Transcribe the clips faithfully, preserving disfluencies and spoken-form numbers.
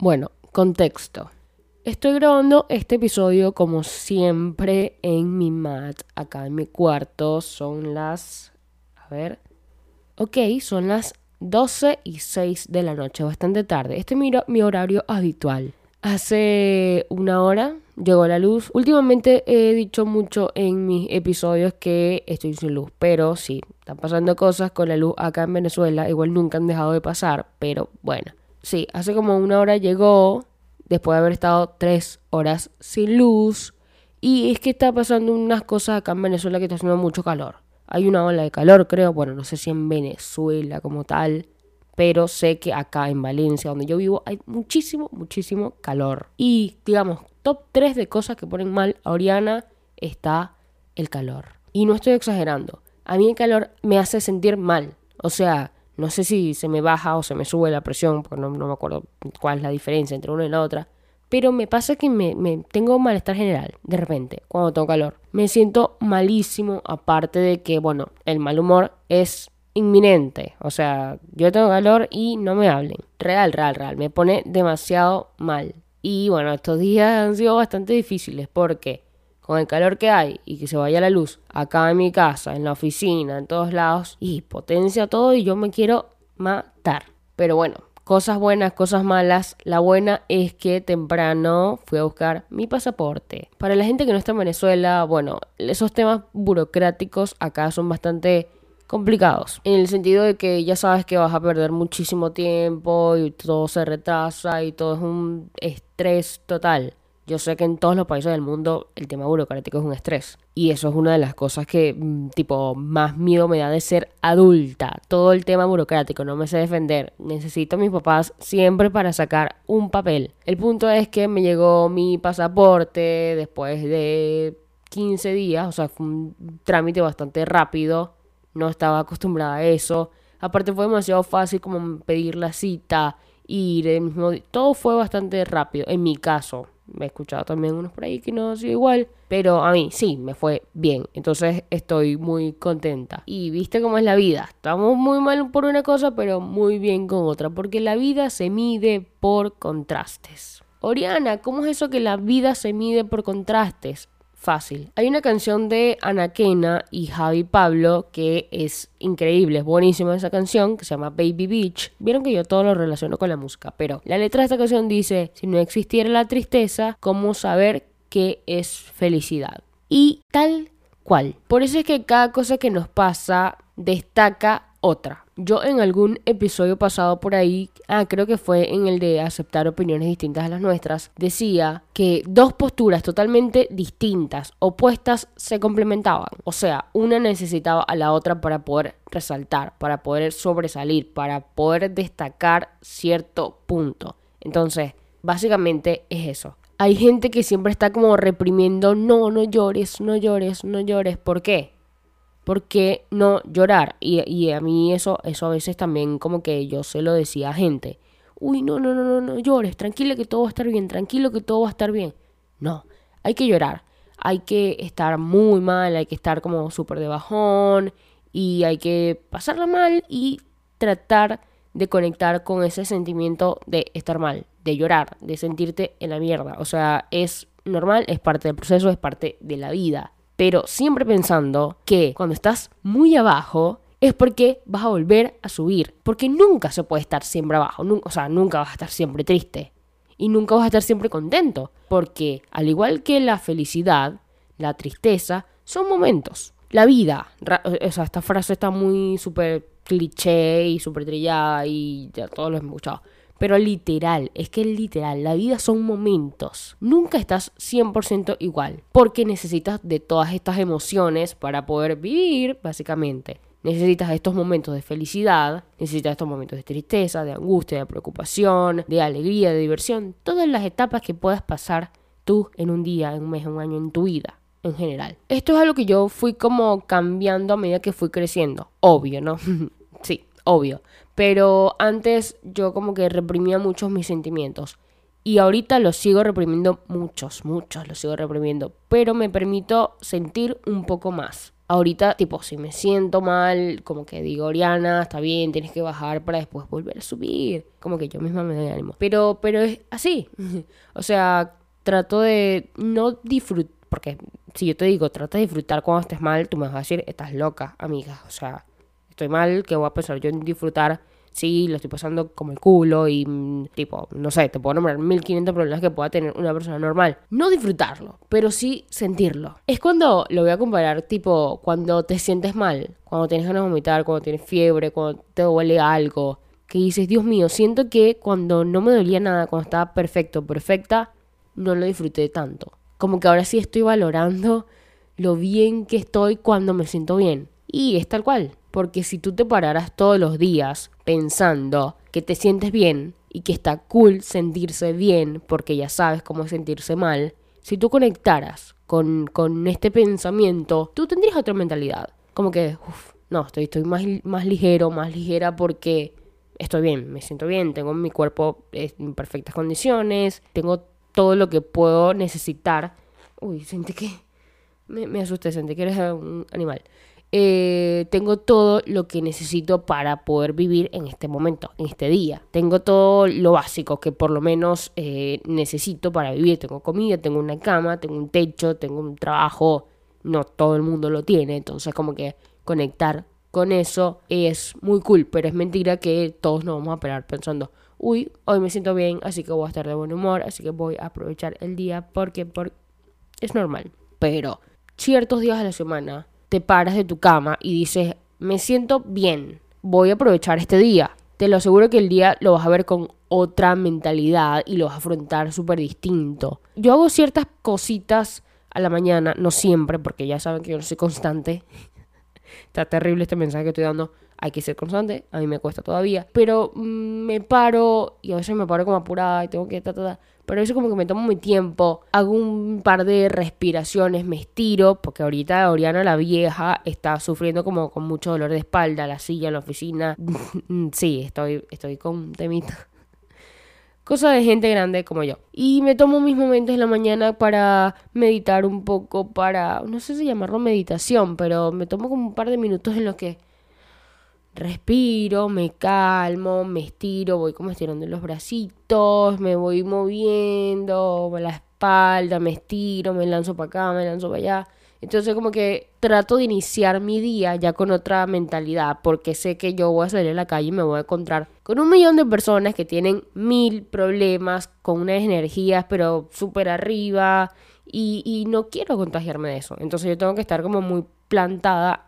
Bueno, contexto. Estoy grabando este episodio como siempre en mi mat, acá en mi cuarto. Son las... A ver... Ok, son las doce y seis de la noche, bastante tarde. Este es mi, mi horario habitual. Hace una hora llegó la luz. Últimamente he dicho mucho en mis episodios que estoy sin luz, pero sí, están pasando cosas con la luz acá en Venezuela. Igual nunca han dejado de pasar, pero bueno. Sí, hace como una hora llegó, después de haber estado tres horas sin luz. Y es que está pasando unas cosas acá en Venezuela que está haciendo mucho calor. Hay una ola de calor, creo, bueno, no sé si en Venezuela como tal, pero sé que acá en Valencia, donde yo vivo, hay muchísimo, muchísimo calor. Y, digamos, top tres de cosas que ponen mal a Oriana está el calor. Y no estoy exagerando. A mí el calor me hace sentir mal. O sea, no sé si se me baja o se me sube la presión, porque no, no me acuerdo cuál es la diferencia entre una y la otra. Pero me pasa que me, me tengo malestar general, de repente, cuando tengo calor. Me siento malísimo, aparte de que, bueno, el mal humor es inminente. O sea, yo tengo calor y no me hablen. Real, real, real. Me pone demasiado mal. Y bueno, estos días han sido bastante difíciles porque con el calor que hay y que se vaya la luz acá en mi casa, en la oficina, en todos lados, y potencia todo y yo me quiero matar. Pero bueno. Cosas buenas, cosas malas. La buena es que temprano fui a buscar mi pasaporte. Para la gente que no está en Venezuela, bueno, esos temas burocráticos acá son bastante complicados. En el sentido de que ya sabes que vas a perder muchísimo tiempo y todo se retrasa y todo es un estrés total. Yo sé que en todos los países del mundo el tema burocrático es un estrés. Y eso es una de las cosas que, tipo, más miedo me da de ser adulta. Todo el tema burocrático, no me sé defender. Necesito a mis papás siempre para sacar un papel. El punto es que me llegó mi pasaporte después de quince días. O sea, fue un trámite bastante rápido. No estaba acostumbrada a eso. Aparte fue demasiado fácil como pedir la cita, ir el mismo día. Todo fue bastante rápido, en mi caso. Me he escuchado también unos por ahí que no ha sido igual. Pero a mí sí, me fue bien. Entonces estoy muy contenta. Y viste cómo es la vida. Estamos muy mal por una cosa, pero muy bien con otra. Porque la vida se mide por contrastes. Oriana, ¿cómo es eso que la vida se mide por contrastes? Fácil. Hay una canción de Anaquena y Javi Pablo que es increíble, es buenísima esa canción, que se llama Baby Beach. Vieron que yo todo lo relaciono con la música, pero la letra de esta canción dice: si no existiera la tristeza, ¿cómo saber qué es felicidad? Y tal cual. Por eso es que cada cosa que nos pasa destaca otra. Yo en algún episodio pasado por ahí, ah, creo que fue en el de aceptar opiniones distintas a las nuestras, decía que dos posturas totalmente distintas, opuestas, se complementaban. O sea, una necesitaba a la otra para poder resaltar, para poder sobresalir, para poder destacar cierto punto. Entonces, básicamente es eso. Hay gente que siempre está como reprimiendo, no, no llores, no llores, no llores. ¿Por qué? ¿Por qué no llorar? Y, y a mí eso, eso a veces también como que yo se lo decía a gente. Uy, no, no, no, no, no llores, tranquila que todo va a estar bien, tranquilo que todo va a estar bien. No, hay que llorar, hay que estar muy mal, hay que estar como súper de bajón y hay que pasarla mal y tratar de conectar con ese sentimiento de estar mal, de llorar, de sentirte en la mierda. O sea, es normal, es parte del proceso, es parte de la vida. Pero siempre pensando que cuando estás muy abajo es porque vas a volver a subir. Porque nunca se puede estar siempre abajo. Nunca, o sea, nunca vas a estar siempre triste. Y nunca vas a estar siempre contento. Porque al igual que la felicidad, la tristeza son momentos. La vida, o sea, esta frase está muy súper cliché y súper trillada y ya todos lo hemos escuchado. Pero literal, es que literal, la vida son momentos. Nunca estás cien por ciento igual, porque necesitas de todas estas emociones para poder vivir, básicamente. Necesitas estos momentos de felicidad, necesitas estos momentos de tristeza, de angustia, de preocupación, de alegría, de diversión. Todas las etapas que puedas pasar tú en un día, en un mes, en un año, en tu vida, en general. Esto es algo que yo fui como cambiando a medida que fui creciendo. Obvio, ¿no? Sí, obvio. Pero antes yo como que reprimía muchos mis sentimientos. Y ahorita los sigo reprimiendo muchos, muchos los sigo reprimiendo. Pero me permito sentir un poco más. Ahorita, tipo, si me siento mal, como que digo, Oriana, está bien, tienes que bajar para después volver a subir. Como que yo misma me doy ánimo. Pero, pero es así. O sea, trato de no disfrutar, porque si yo te digo, trata de disfrutar cuando estés mal, tú me vas a decir, estás loca, amiga. O sea, estoy mal, ¿qué voy a pensar yo en disfrutar? Sí, lo estoy pasando como el culo y, mm, tipo, no sé, te puedo nombrar mil quinientos problemas que pueda tener una persona normal. No disfrutarlo, pero sí sentirlo. Es cuando, lo voy a comparar, tipo, cuando te sientes mal, cuando tienes ganas de vomitar, cuando tienes fiebre, cuando te duele algo, que dices, Dios mío, siento que cuando no me dolía nada, cuando estaba perfecto, perfecta, no lo disfruté tanto. Como que ahora sí estoy valorando lo bien que estoy cuando me siento bien. Y es tal cual. Porque si tú te pararas todos los días pensando que te sientes bien y que está cool sentirse bien porque ya sabes cómo sentirse mal, si tú conectaras con, con este pensamiento, tú tendrías otra mentalidad. Como que, uff, no, estoy, estoy más, más ligero, más ligera porque estoy bien, me siento bien, tengo mi cuerpo en perfectas condiciones, tengo todo lo que puedo necesitar. Uy, sentí que... Me, me asusté, sentí que eres un animal. Eh, tengo todo lo que necesito para poder vivir en este momento, en este día. Tengo todo lo básico que por lo menos eh, necesito para vivir. Tengo comida, tengo una cama, tengo un techo, tengo un trabajo. No todo el mundo lo tiene, entonces como que conectar con eso es muy cool, pero es mentira que todos nos vamos a parar pensando, uy, hoy me siento bien, así que voy a estar de buen humor, así que voy a aprovechar el día porque, porque es normal. Pero ciertos días de la semana te paras de tu cama y dices, me siento bien, voy a aprovechar este día. Te lo aseguro que el día lo vas a ver con otra mentalidad y lo vas a afrontar súper distinto. Yo hago ciertas cositas a la mañana, no siempre, porque ya saben que yo no soy constante. Está terrible este mensaje que estoy dando. Hay que ser constante, a mí me cuesta todavía. Pero mmm, me paro y a veces me paro como apurada y tengo que... Ta, ta, ta. Pero a veces como que me tomo mi tiempo, hago un par de respiraciones, me estiro, porque ahorita Oriana la vieja está sufriendo como con mucho dolor de espalda, la silla en la oficina. Sí, estoy, estoy con temita. Cosa de gente grande como yo. Y me tomo mis momentos en la mañana para meditar un poco, para, no sé si llamarlo meditación, pero me tomo como un par de minutos en los que respiro, me calmo, me estiro, voy como estirando los bracitos, me voy moviendo la espalda, me estiro, me lanzo para acá, me lanzo para allá. Entonces como que trato de iniciar mi día ya con otra mentalidad, porque sé que yo voy a salir a la calle y me voy a encontrar con un millón de personas que tienen mil problemas, con unas energías pero súper arriba, y, y no quiero contagiarme de eso. Entonces yo tengo que estar como muy plantada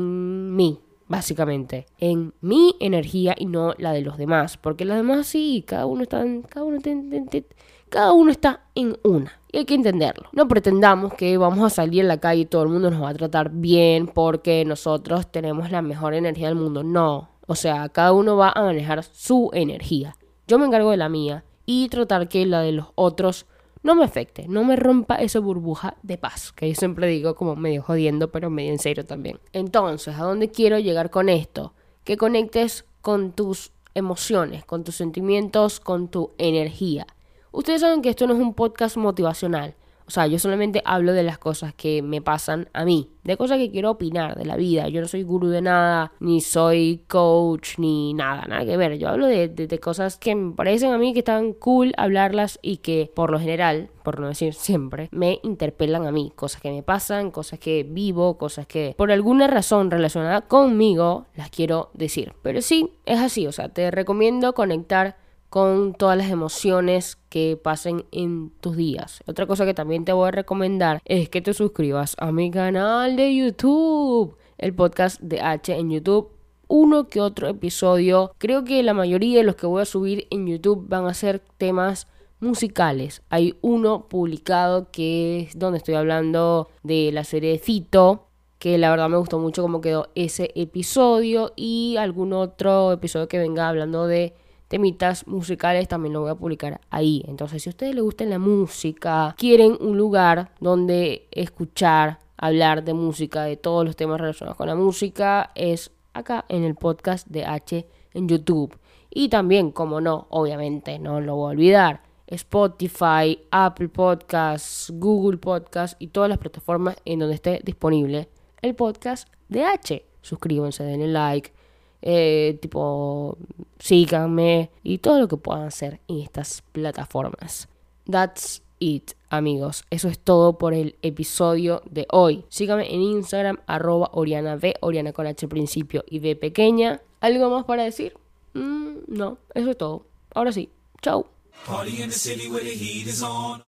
en mí, básicamente, en mi energía y no la de los demás, porque los demás sí, cada uno está en, cada uno está en, cada uno está en una. Y hay que entenderlo. No pretendamos que vamos a salir a la calle y todo el mundo nos va a tratar bien porque nosotros tenemos la mejor energía del mundo. No. O sea, cada uno va a manejar su energía. Yo me encargo de la mía y tratar que la de los otros no me afecte, no me rompa esa burbuja de paz, que yo siempre digo como medio jodiendo, pero medio en serio también. Entonces, ¿a dónde quiero llegar con esto? Que conectes con tus emociones, con tus sentimientos, con tu energía. Ustedes saben que esto no es un podcast motivacional. O sea, yo solamente hablo de las cosas que me pasan a mí, de cosas que quiero opinar de la vida. Yo no soy gurú de nada, ni soy coach, ni nada, nada que ver. Yo hablo de, de, de cosas que me parecen a mí que están cool hablarlas y que por lo general, por no decir siempre, me interpelan a mí. Cosas que me pasan, cosas que vivo, cosas que por alguna razón relacionada conmigo las quiero decir. Pero sí, es así, o sea, te recomiendo conectar con todas las emociones que pasen en tus días. Otra cosa que también te voy a recomendar es que te suscribas a mi canal de YouTube, el podcast de H en YouTube. Uno que otro episodio. Creo que la mayoría de los que voy a subir en YouTube van a ser temas musicales. Hay uno publicado que es donde estoy hablando de la serie de Fito, que la verdad me gustó mucho cómo quedó ese episodio, y algún otro episodio que venga hablando de temitas musicales también lo voy a publicar ahí. Entonces, si a ustedes les gusta la música, quieren un lugar donde escuchar, hablar de música, de todos los temas relacionados con la música, es acá en el podcast de H en YouTube. Y también, como no, obviamente, no lo voy a olvidar, Spotify, Apple Podcasts, Google Podcasts y todas las plataformas en donde esté disponible el podcast de H. Suscríbanse, denle like, eh, tipo, síganme y todo lo que puedan hacer en estas plataformas. That's it, amigos. Eso es todo por el episodio de hoy. Síganme en Instagram, arroba Oriana V, Oriana con H al principio y V pequeña. ¿Algo más para decir? Mm, no, eso es todo. Ahora sí, chau.